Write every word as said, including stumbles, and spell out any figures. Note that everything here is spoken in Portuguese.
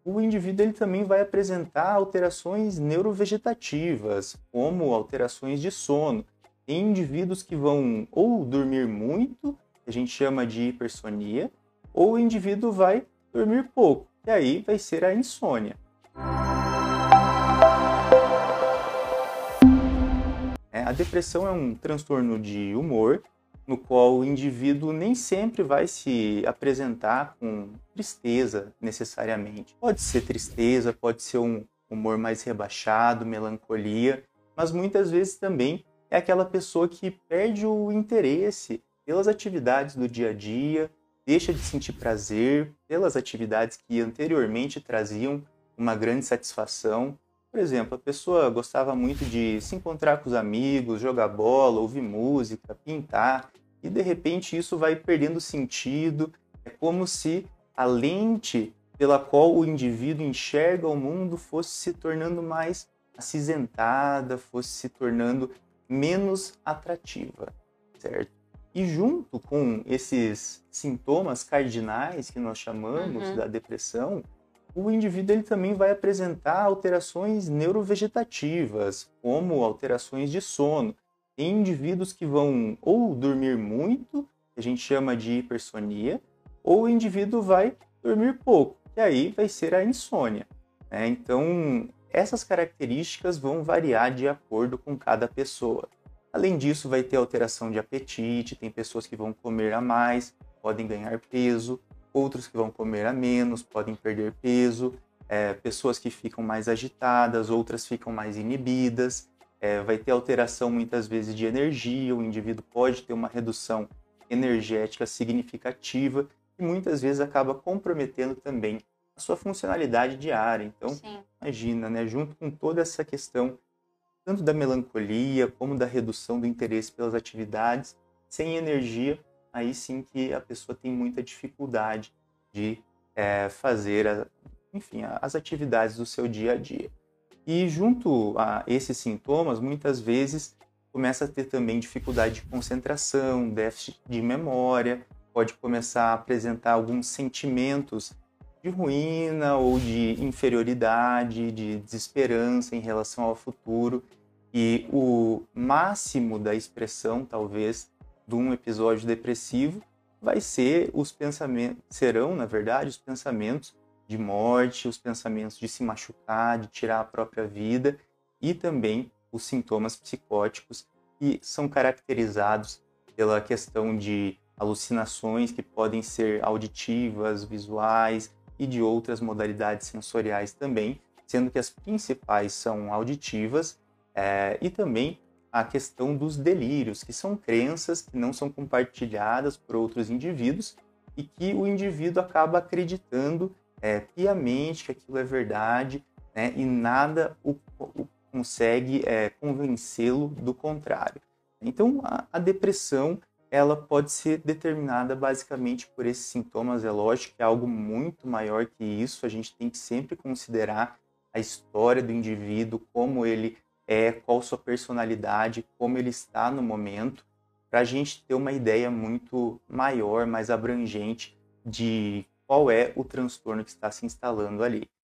o indivíduo ele também vai apresentar alterações neurovegetativas, como alterações de sono. Tem indivíduos que vão ou dormir muito, que a gente chama de hipersonia, ou o indivíduo vai dormir pouco, que aí vai ser a insônia. É, a depressão é um transtorno de humor, no qual o indivíduo nem sempre vai se apresentar com tristeza necessariamente. Pode ser tristeza, pode ser um humor mais rebaixado, melancolia, mas muitas vezes também é aquela pessoa que perde o interesse pelas atividades do dia a dia, deixa de sentir prazer pelas atividades que anteriormente traziam uma grande satisfação. Por exemplo, a pessoa gostava muito de se encontrar com os amigos, jogar bola, ouvir música, pintar, e de repente isso vai perdendo sentido. É como se a lente pela qual o indivíduo enxerga o mundo fosse se tornando mais acinzentada, fosse se tornando menos atrativa, certo? E junto com esses sintomas cardinais que nós chamamos Uhum. da depressão, o indivíduo ele também vai apresentar alterações neurovegetativas, como alterações de sono. Tem indivíduos que vão ou dormir muito, que a gente chama de hipersonia, ou o indivíduo vai dormir pouco, que aí vai ser a insônia. Né? Então, essas características vão variar de acordo com cada pessoa. Além disso, vai ter alteração de apetite, tem pessoas que vão comer a mais, podem ganhar peso, outros que vão comer a menos, podem perder peso, é, pessoas que ficam mais agitadas, outras ficam mais inibidas, é, vai ter alteração muitas vezes de energia, o indivíduo pode ter uma redução energética significativa e muitas vezes acaba comprometendo também a sua funcionalidade diária. Então, Sim. imagina, né, junto com toda essa questão, tanto da melancolia como da redução do interesse pelas atividades, sem energia, aí sim que a pessoa tem muita dificuldade de é, fazer, a, enfim, as atividades do seu dia a dia. E junto a esses sintomas, muitas vezes começa a ter também dificuldade de concentração, déficit de memória, pode começar a apresentar alguns sentimentos de ruína ou de inferioridade, de desesperança em relação ao futuro. E o máximo da expressão, talvez, de um episódio depressivo vai ser os pensamentos, serão, na verdade, os pensamentos de morte, os pensamentos de se machucar, de tirar a própria vida e também os sintomas psicóticos que são caracterizados pela questão de alucinações que podem ser auditivas, visuais e de outras modalidades sensoriais também, sendo que as principais são auditivas é, e também a questão dos delírios, que são crenças que não são compartilhadas por outros indivíduos e que o indivíduo acaba acreditando é, piamente que aquilo é verdade, né, e nada o, o consegue é, convencê-lo do contrário. Então, a, a depressão ela pode ser determinada basicamente por esses sintomas. É lógico que é algo muito maior que isso, a gente tem que sempre considerar a história do indivíduo, como ele é, qual sua personalidade, como ele está no momento, para a gente ter uma ideia muito maior, mais abrangente de qual é o transtorno que está se instalando ali.